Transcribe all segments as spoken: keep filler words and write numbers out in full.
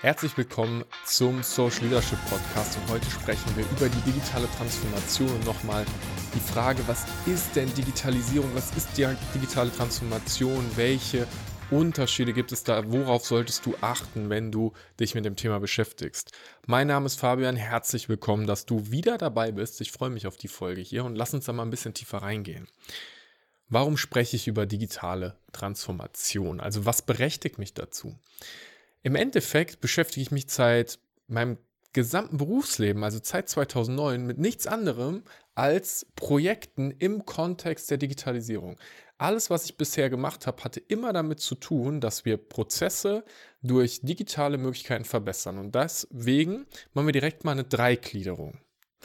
Herzlich willkommen zum Social Leadership Podcast und heute sprechen wir über die digitale Transformation und nochmal die Frage, was ist denn Digitalisierung, was ist die digitale Transformation, welche Unterschiede gibt es da, worauf solltest du achten, wenn du dich mit dem Thema beschäftigst. Mein Name ist Fabian, herzlich willkommen, dass du wieder dabei bist. Ich freue mich auf die Folge hier und lass uns da mal ein bisschen tiefer reingehen. Warum spreche ich über digitale Transformation? Also was berechtigt mich dazu? Im Endeffekt beschäftige ich mich seit meinem gesamten Berufsleben, also seit zweitausendneun, mit nichts anderem als Projekten im Kontext der Digitalisierung. Alles, was ich bisher gemacht habe, hatte immer damit zu tun, dass wir Prozesse durch digitale Möglichkeiten verbessern. Und deswegen machen wir direkt mal eine Dreigliederung.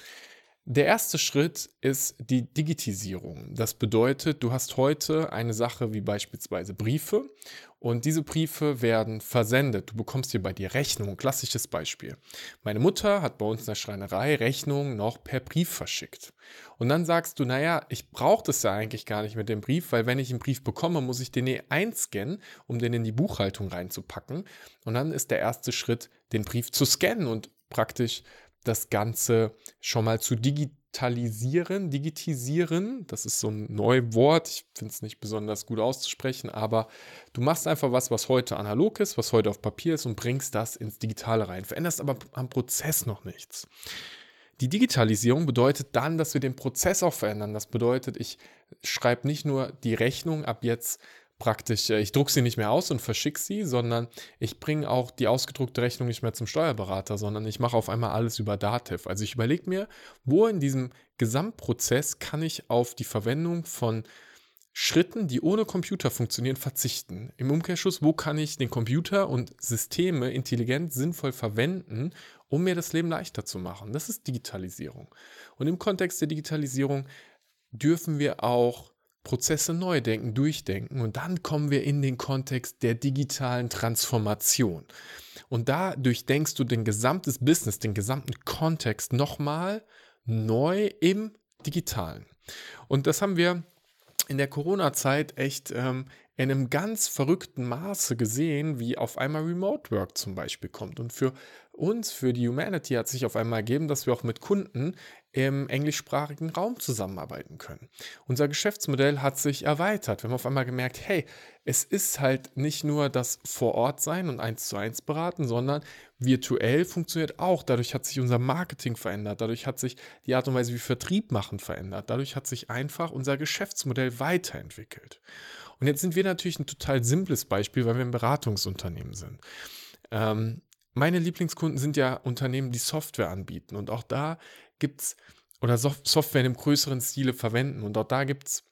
Der erste Schritt ist die Digitisierung. Das bedeutet, du hast heute eine Sache wie beispielsweise Briefe und diese Briefe werden versendet. Du bekommst hier bei dir Rechnungen. Klassisches Beispiel. Meine Mutter hat bei uns in der Schreinerei Rechnungen noch per Brief verschickt. Und dann sagst du, naja, ich brauche das ja eigentlich gar nicht mit dem Brief, weil wenn ich einen Brief bekomme, muss ich den eh einscannen, um den in die Buchhaltung reinzupacken. Und dann ist der erste Schritt, den Brief zu scannen und praktisch das Ganze schon mal zu digitalisieren, digitisieren. Das ist so ein neues Wort. Ich finde es nicht besonders gut auszusprechen, aber du machst einfach was, was heute analog ist, was heute auf Papier ist und bringst das ins Digitale rein. Veränderst aber am Prozess noch nichts. Die Digitalisierung bedeutet dann, dass wir den Prozess auch verändern. Das bedeutet, ich schreibe nicht nur die Rechnung ab jetzt praktisch, ich drucke sie nicht mehr aus und verschicke sie, sondern ich bringe auch die ausgedruckte Rechnung nicht mehr zum Steuerberater, sondern ich mache auf einmal alles über Datev. Also ich überlege mir, wo in diesem Gesamtprozess kann ich auf die Verwendung von Schritten, die ohne Computer funktionieren, verzichten. Im Umkehrschluss, wo kann ich den Computer und Systeme intelligent, sinnvoll verwenden, um mir das Leben leichter zu machen. Das ist Digitalisierung. Und im Kontext der Digitalisierung dürfen wir auch Prozesse neu denken, durchdenken und dann kommen wir in den Kontext der digitalen Transformation. Und da durchdenkst du den gesamtes Business, den gesamten Kontext nochmal neu im Digitalen. Und das haben wir in der Corona-Zeit echt ähm, in einem ganz verrückten Maße gesehen, wie auf einmal Remote Work zum Beispiel kommt. Und für uns, für die Humanity hat sich auf einmal ergeben, dass wir auch mit Kunden im englischsprachigen Raum zusammenarbeiten können. Unser Geschäftsmodell hat sich erweitert. Wir haben auf einmal gemerkt, hey, es ist halt nicht nur das Vor-Ort-Sein und eins zu eins beraten, sondern virtuell funktioniert auch. Dadurch hat sich unser Marketing verändert. Dadurch hat sich die Art und Weise, wie wir Vertrieb machen, verändert. Dadurch hat sich einfach unser Geschäftsmodell weiterentwickelt. Und jetzt sind wir natürlich ein total simples Beispiel, weil wir ein Beratungsunternehmen sind. Ähm, meine Lieblingskunden sind ja Unternehmen, die Software anbieten. Und auch da gibt es, oder Software in einem größeren Stile verwenden. Und auch da gibt es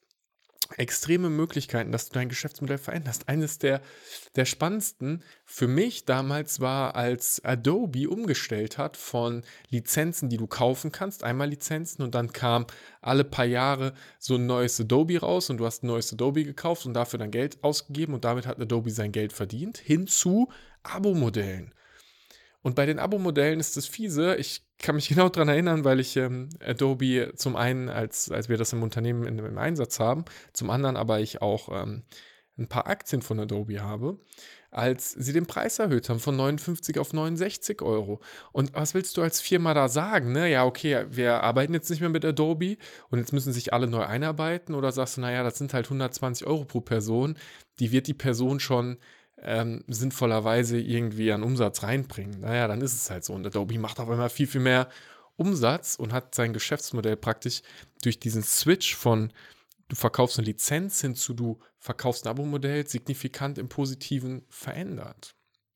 extreme Möglichkeiten, dass du dein Geschäftsmodell veränderst. Eines der, der spannendsten für mich damals war, als Adobe umgestellt hat von Lizenzen, die du kaufen kannst, einmal Lizenzen und dann kam alle paar Jahre so ein neues Adobe raus und du hast ein neues Adobe gekauft und dafür dann Geld ausgegeben und damit hat Adobe sein Geld verdient, hin zu Abo-Modellen. Und bei den Abo-Modellen ist das fiese, ich kann mich genau daran erinnern, weil ich ähm, Adobe zum einen, als, als wir das im Unternehmen in, im Einsatz haben, zum anderen aber ich auch ähm, ein paar Aktien von Adobe habe, als sie den Preis erhöht haben von neunundfünfzig auf neunundsechzig Euro. Und was willst du als Firma da sagen? Ne? Ja, okay, wir arbeiten jetzt nicht mehr mit Adobe und jetzt müssen sich alle neu einarbeiten oder sagst du, naja, das sind halt hundertzwanzig Euro pro Person, die wird die Person schon Ähm, sinnvollerweise irgendwie an Umsatz reinbringen. Naja, dann ist es halt so. Und Adobe macht auf einmal viel, viel mehr Umsatz und hat sein Geschäftsmodell praktisch durch diesen Switch von du verkaufst eine Lizenz hin zu du verkaufst ein Abo-Modell signifikant im Positiven verändert.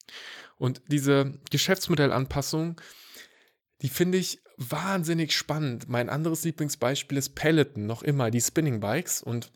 Und diese Geschäftsmodellanpassung, die finde ich wahnsinnig spannend. Mein anderes Lieblingsbeispiel ist Peloton, noch immer, die Spinning Bikes. Und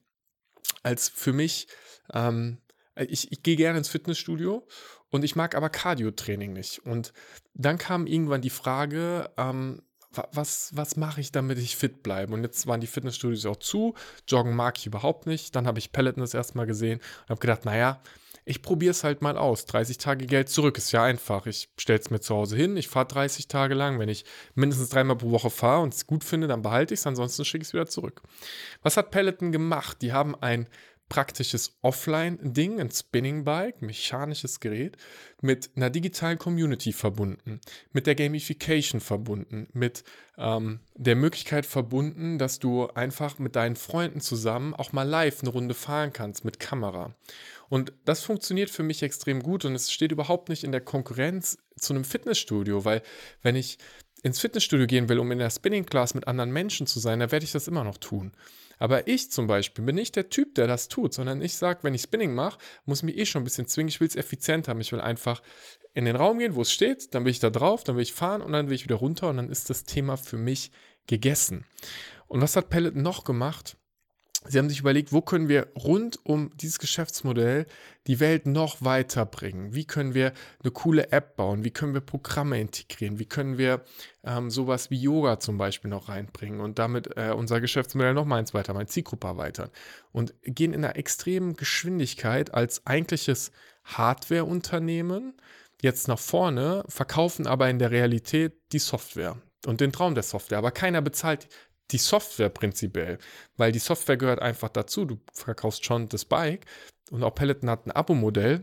als für mich ähm, Ich, ich gehe gerne ins Fitnessstudio und ich mag aber Cardio-Training nicht. Und dann kam irgendwann die Frage, ähm, was, was mache ich, damit ich fit bleibe? Und jetzt waren die Fitnessstudios auch zu, Joggen mag ich überhaupt nicht. Dann habe ich Peloton das erste Mal gesehen und habe gedacht, naja, ich probiere es halt mal aus. dreißig Tage Geld zurück, ist ja einfach. Ich stelle es mir zu Hause hin, ich fahre dreißig Tage lang. Wenn ich mindestens dreimal pro Woche fahre und es gut finde, dann behalte ich es, ansonsten schicke ich es wieder zurück. Was hat Peloton gemacht? Die haben ein praktisches Offline-Ding, ein Spinning-Bike, mechanisches Gerät, mit einer digitalen Community verbunden, mit der Gamification verbunden, mit ähm, der Möglichkeit verbunden, dass du einfach mit deinen Freunden zusammen auch mal live eine Runde fahren kannst mit Kamera. Und das funktioniert für mich extrem gut und es steht überhaupt nicht in der Konkurrenz zu einem Fitnessstudio, weil wenn ich ins Fitnessstudio gehen will, um in der Spinning Class mit anderen Menschen zu sein, dann werde ich das immer noch tun. Aber ich zum Beispiel bin nicht der Typ, der das tut, sondern ich sage, wenn ich Spinning mache, muss ich mich eh schon ein bisschen zwingen, ich will es effizient haben. Ich will einfach in den Raum gehen, wo es steht, dann will ich da drauf, dann will ich fahren und dann will ich wieder runter und dann ist das Thema für mich gegessen. Und was hat Peloton noch gemacht? Sie haben sich überlegt, wo können wir rund um dieses Geschäftsmodell die Welt noch weiterbringen? Wie können wir eine coole App bauen? Wie können wir Programme integrieren? Wie können wir ähm, sowas wie Yoga zum Beispiel noch reinbringen und damit äh, unser Geschäftsmodell noch mal eins weiter, meine Zielgruppe erweitern? Und gehen in einer extremen Geschwindigkeit als eigentliches Hardware-Unternehmen jetzt nach vorne, verkaufen aber in der Realität die Software und den Traum der Software. Aber keiner bezahlt die Software prinzipiell, weil die Software gehört einfach dazu. Du verkaufst schon das Bike und auch Peloton hat ein Abo-Modell,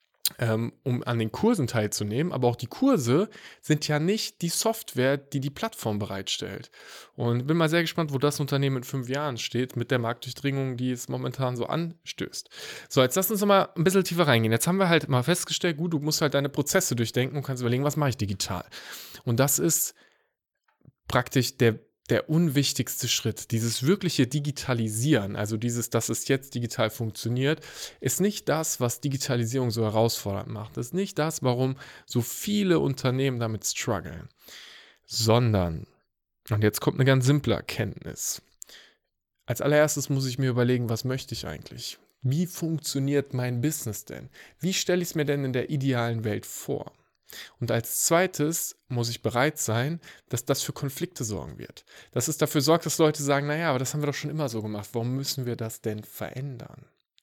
ähm, um an den Kursen teilzunehmen, aber auch die Kurse sind ja nicht die Software, die die Plattform bereitstellt. Und bin mal sehr gespannt, wo das Unternehmen in fünf Jahren steht mit der Marktdurchdringung, die es momentan so anstößt. So, jetzt lass uns mal ein bisschen tiefer reingehen. Jetzt haben wir halt mal festgestellt, gut, du musst halt deine Prozesse durchdenken und kannst überlegen, was mache ich digital? Und das ist praktisch der Der unwichtigste Schritt, dieses wirkliche Digitalisieren, also dieses, dass es jetzt digital funktioniert, ist nicht das, was Digitalisierung so herausfordernd macht. Das ist nicht das, warum so viele Unternehmen damit strugglen, sondern, und jetzt kommt eine ganz simple Erkenntnis. Als allererstes muss ich mir überlegen, was möchte ich eigentlich? Wie funktioniert mein Business denn? Wie stelle ich es mir denn in der idealen Welt vor? Und als zweites muss ich bereit sein, dass das für Konflikte sorgen wird. Dass es dafür sorgt, dass Leute sagen, naja, aber das haben wir doch schon immer so gemacht. Warum müssen wir das denn verändern?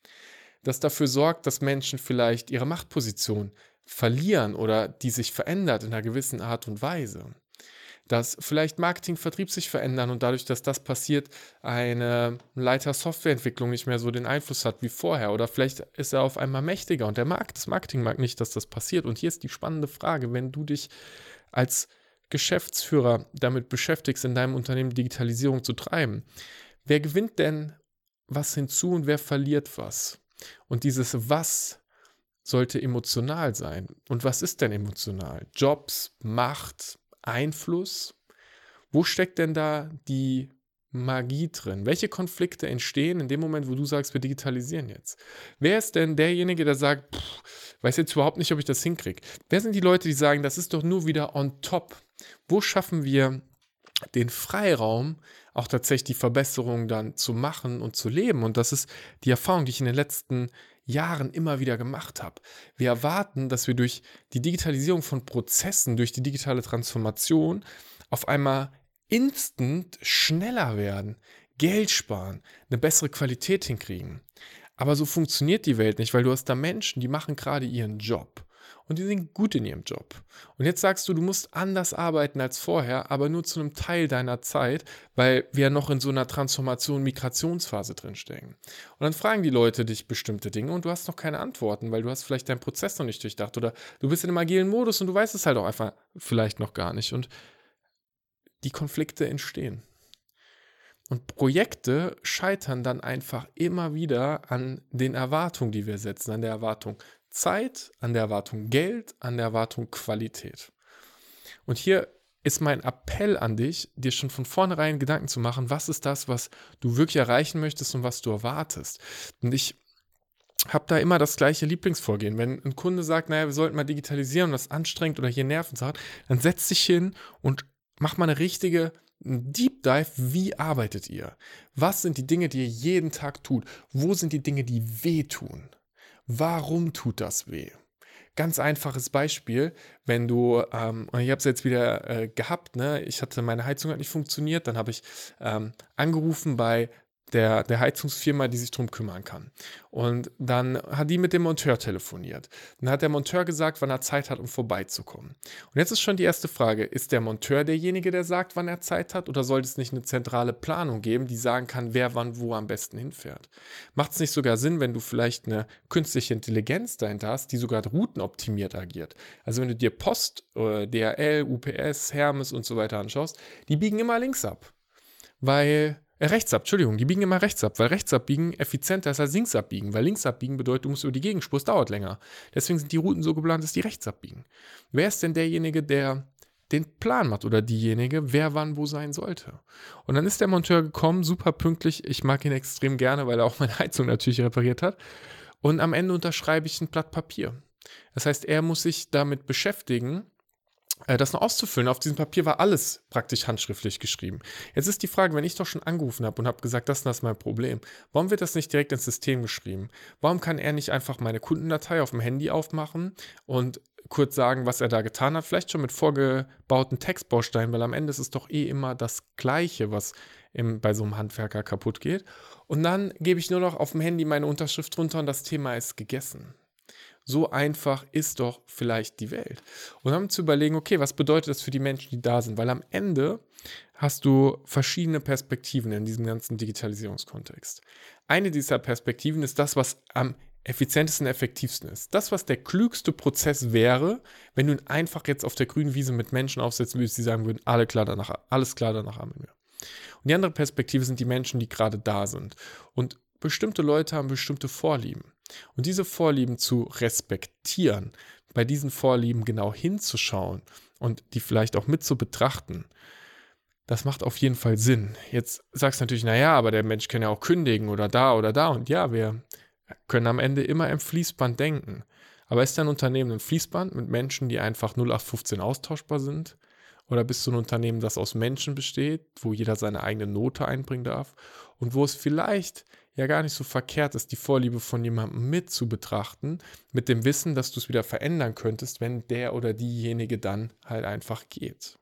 Das dafür sorgt, dass Menschen vielleicht ihre Machtposition verlieren oder die sich verändert in einer gewissen Art und Weise. Dass vielleicht Marketing, Vertrieb sich verändern und dadurch, dass das passiert, eine Leiter Softwareentwicklung nicht mehr so den Einfluss hat wie vorher. Oder vielleicht ist er auf einmal mächtiger und der Markt, das Marketing mag nicht, dass das passiert. Und hier ist die spannende Frage, wenn du dich als Geschäftsführer damit beschäftigst, in deinem Unternehmen Digitalisierung zu treiben, wer gewinnt denn was hinzu und wer verliert was? Und dieses Was sollte emotional sein. Und was ist denn emotional? Jobs, Macht, Einfluss? Wo steckt denn da die Magie drin? Welche Konflikte entstehen in dem Moment, wo du sagst, wir digitalisieren jetzt? Wer ist denn derjenige, der sagt, pff, weiß jetzt überhaupt nicht, ob ich das hinkriege? Wer sind die Leute, die sagen, das ist doch nur wieder on top? Wo schaffen wir den Freiraum, auch tatsächlich die Verbesserungen dann zu machen und zu leben? Und das ist die Erfahrung, die ich in den letzten Jahren immer wieder gemacht habe. Wir erwarten, dass wir durch die Digitalisierung von Prozessen, durch die digitale Transformation auf einmal instant schneller werden, Geld sparen, eine bessere Qualität hinkriegen. Aber so funktioniert die Welt nicht, weil du hast da Menschen, die machen gerade ihren Job und die sind gut in ihrem Job. Und jetzt sagst du, du musst anders arbeiten als vorher, aber nur zu einem Teil deiner Zeit, weil wir noch in so einer Transformation, Migrationsphase drinstecken. Und dann fragen die Leute dich bestimmte Dinge und du hast noch keine Antworten, weil du hast vielleicht deinen Prozess noch nicht durchdacht oder du bist in einem agilen Modus und du weißt es halt auch einfach vielleicht noch gar nicht. Und die Konflikte entstehen. Und Projekte scheitern dann einfach immer wieder an den Erwartungen, die wir setzen, an der Erwartung Zeit, an der Erwartung Geld, an der Erwartung Qualität. Und hier ist mein Appell an dich, dir schon von vornherein Gedanken zu machen, was ist das, was du wirklich erreichen möchtest und was du erwartest. Und ich habe da immer das gleiche Lieblingsvorgehen. Wenn ein Kunde sagt, naja, wir sollten mal digitalisieren und das anstrengt oder hier Nerven hat, dann setz dich hin und mach mal eine richtige Deep Dive. Wie arbeitet ihr? Was sind die Dinge, die ihr jeden Tag tut? Wo sind die Dinge, die wehtun? Warum tut das weh? Ganz einfaches Beispiel, wenn du, ähm, und ich habe es jetzt wieder äh, gehabt, ne? Ich hatte, meine Heizung hat nicht funktioniert, dann habe ich ähm, angerufen bei der, der Heizungsfirma, die sich drum kümmern kann. Und dann hat die mit dem Monteur telefoniert. Dann hat der Monteur gesagt, wann er Zeit hat, um vorbeizukommen. Und jetzt ist schon die erste Frage, ist der Monteur derjenige, der sagt, wann er Zeit hat, oder sollte es nicht eine zentrale Planung geben, die sagen kann, wer wann wo am besten hinfährt? Macht es nicht sogar Sinn, wenn du vielleicht eine künstliche Intelligenz dahinter hast, die sogar routenoptimiert agiert? Also wenn du dir Post, äh, D H L, U P S, Hermes und so weiter anschaust, die biegen immer links ab, weil Äh, rechts ab, Entschuldigung, die biegen immer rechts ab, weil rechts abbiegen effizienter ist als links abbiegen, weil links abbiegen bedeutet, du musst über die Gegenspur, es dauert länger. Deswegen sind die Routen so geplant, dass die rechts abbiegen. Wer ist denn derjenige, der den Plan macht oder diejenige, wer wann wo sein sollte? Und dann ist der Monteur gekommen, super pünktlich, ich mag ihn extrem gerne, weil er auch meine Heizung natürlich repariert hat, und am Ende unterschreibe ich ein Blatt Papier. Das heißt, er muss sich damit beschäftigen, das noch auszufüllen. Auf diesem Papier war alles praktisch handschriftlich geschrieben. Jetzt ist die Frage, wenn ich doch schon angerufen habe und habe gesagt, das, das ist mein Problem, warum wird das nicht direkt ins System geschrieben? Warum kann er nicht einfach meine Kundendatei auf dem Handy aufmachen und kurz sagen, was er da getan hat? Vielleicht schon mit vorgebauten Textbausteinen, weil am Ende ist es doch eh immer das Gleiche, was im, bei so einem Handwerker kaputt geht. Und dann gebe ich nur noch auf dem Handy meine Unterschrift drunter und das Thema ist gegessen. So einfach ist doch vielleicht die Welt. Und dann zu überlegen, okay, was bedeutet das für die Menschen, die da sind? Weil am Ende hast du verschiedene Perspektiven in diesem ganzen Digitalisierungskontext. Eine dieser Perspektiven ist das, was am effizientesten, effektivsten ist. Das, was der klügste Prozess wäre, wenn du ihn einfach jetzt auf der grünen Wiese mit Menschen aufsetzen würdest, die sagen würden, alle klar danach, alles klar danach haben wir. Und die andere Perspektive sind die Menschen, die gerade da sind. Und bestimmte Leute haben bestimmte Vorlieben. Und diese Vorlieben zu respektieren, bei diesen Vorlieben genau hinzuschauen und die vielleicht auch mit zu betrachten, das macht auf jeden Fall Sinn. Jetzt sagst du natürlich, naja, aber der Mensch kann ja auch kündigen oder da oder da. Und ja, wir können am Ende immer im Fließband denken. Aber ist dein Unternehmen ein Fließband mit Menschen, die einfach null acht fünfzehn austauschbar sind? Oder bist du ein Unternehmen, das aus Menschen besteht, wo jeder seine eigene Note einbringen darf und wo es vielleicht ja gar nicht so verkehrt ist, die Vorliebe von jemandem mit zu betrachten, mit dem Wissen, dass du es wieder verändern könntest, wenn der oder diejenige dann halt einfach geht.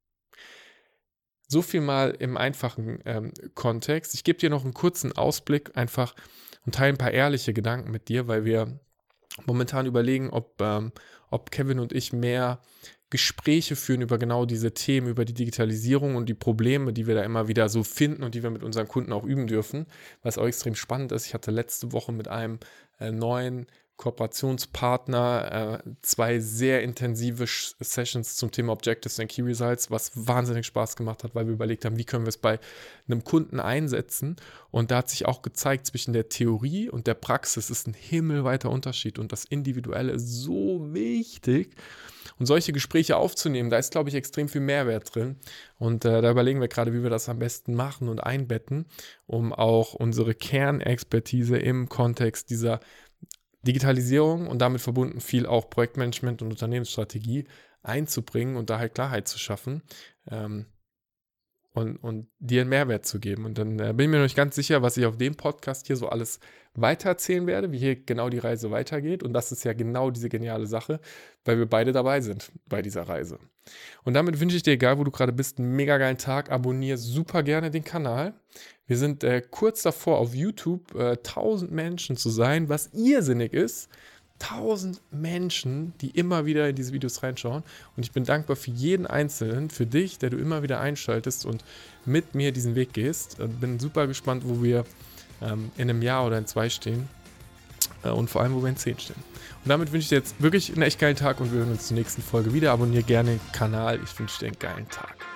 So viel mal im einfachen ähm, Kontext. Ich gebe dir noch einen kurzen Ausblick einfach und teile ein paar ehrliche Gedanken mit dir, weil wir momentan überlegen, ob, ähm, ob Kevin und ich mehr Gespräche führen über genau diese Themen, über die Digitalisierung und die Probleme, die wir da immer wieder so finden und die wir mit unseren Kunden auch üben dürfen, was auch extrem spannend ist. Ich hatte letzte Woche mit einem äh, neuen Kooperationspartner äh, zwei sehr intensive Sessions zum Thema Objectives and Key Results, was wahnsinnig Spaß gemacht hat, weil wir überlegt haben, wie können wir es bei einem Kunden einsetzen. Und da hat sich auch gezeigt, zwischen der Theorie und der Praxis ist ein himmelweiter Unterschied und das Individuelle ist so wichtig. Und solche Gespräche aufzunehmen, da ist, glaube ich, extrem viel Mehrwert drin. Und äh, da überlegen wir gerade, wie wir das am besten machen und einbetten, um auch unsere Kernexpertise im Kontext dieser Digitalisierung und damit verbunden viel auch Projektmanagement und Unternehmensstrategie einzubringen und da halt Klarheit zu schaffen ähm, und, und dir einen Mehrwert zu geben. Und dann äh, bin ich mir noch nicht ganz sicher, was ich auf dem Podcast hier so alles weitererzählen werde, wie hier genau die Reise weitergeht. Und das ist ja genau diese geniale Sache, weil wir beide dabei sind bei dieser Reise. Und damit wünsche ich dir, egal wo du gerade bist, einen mega geilen Tag. Abonniere super gerne den Kanal. Wir sind äh, kurz davor, auf YouTube äh, tausend Menschen zu sein, was irrsinnig ist. tausend Menschen, die immer wieder in diese Videos reinschauen. Und ich bin dankbar für jeden Einzelnen, für dich, der du immer wieder einschaltest und mit mir diesen Weg gehst. Und bin super gespannt, wo wir ähm, in einem Jahr oder in zwei stehen. Äh, und vor allem, wo wir in zehn stehen. Und damit wünsche ich dir jetzt wirklich einen echt geilen Tag und wir hören uns zur nächsten Folge wieder. Abonniere gerne den Kanal. Ich wünsche dir einen geilen Tag.